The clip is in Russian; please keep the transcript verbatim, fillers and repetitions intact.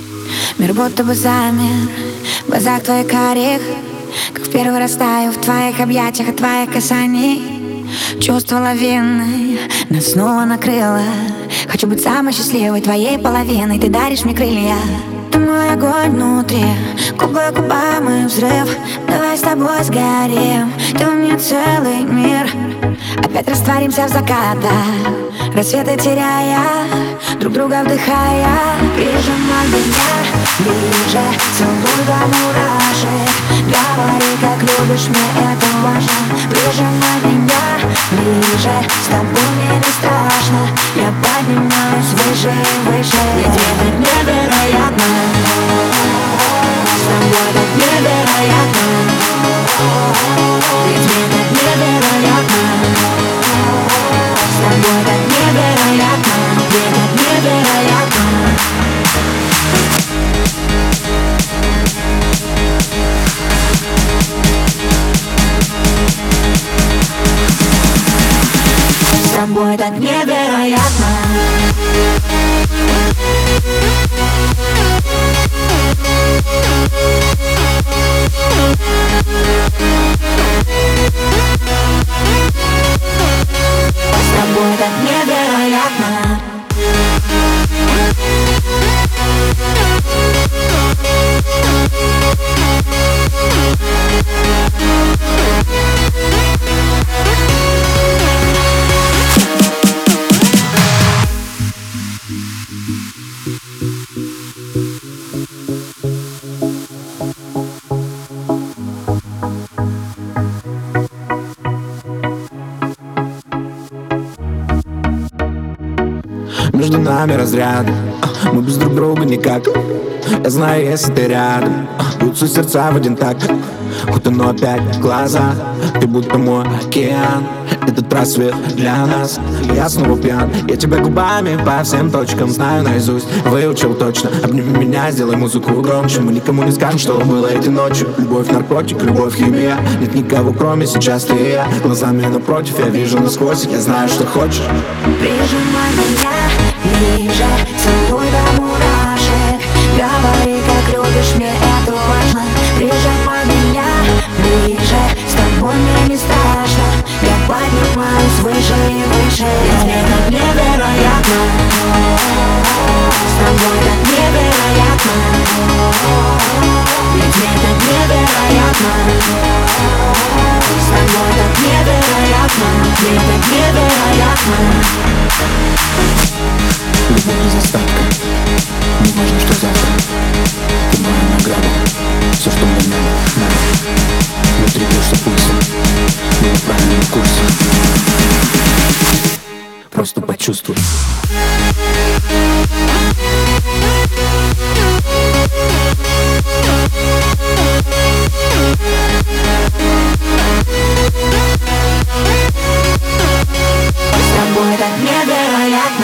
Мир будто бы замер в глазах твоих карих, как в первый раз таю в твоих объятиях от твоих касаний. Чувство лавины нас снова накрыло. Хочу быть самой счастливой твоей половиной. Ты даришь мне крылья. Ты мой огонь внутри, губы губами взрыв. Давай с тобой сгорим, ты у меня целый мир. Опять растворимся в закатах, рассветы теряя, друг друга вдыхая. Прижимай меня ближе, целуй до мурашек. Говори, как любишь, мне это важно. Прижимай меня ближе, с тобой мне не страшно. Я поднимаюсь выше и выше. Ведь это невероятно, с тобой так невероятно. Ведь это невероятно, с тобой так невероятно. Ведь это невероятно. С тобой так невероятно. С тобой так невероятно. Между нами разряды, мы без друг друга никак. Я знаю, если ты рядом, бьются сердца в один такт. Утону опять в глазах, ты будто мой океан. Этот рассвет для нас, я снова пьян. Я тебя губами по всем точкам знаю наизусть, выучил точно. Обними меня, сделай музыку громче. Мы никому не скажем, что было этой ночью. Любовь, наркотик, любовь, химия. Нет никого, кроме сейчас ты и я. Глазами напротив, я вижу насквозь. Я знаю, что хочешь. Прижимай меня ближе, целуй до мурашек. Говори, как любишь, мне это важно. Прижимай меня ближе, с тобой мне не страшно. Я поднимаюсь выше и выше. Ведь мне так невероятно, с тобой так невероятно. Ведь мне так невероятно, с тобой так невероятно. Мне так невероятно. Любовь без остатка, не важно, что завтра. Ты моя награда, все, что мне надо, надо. Внутри бьется пульсом, мы на правильном курсе. Просто почувствуй. С тобой так невероятно.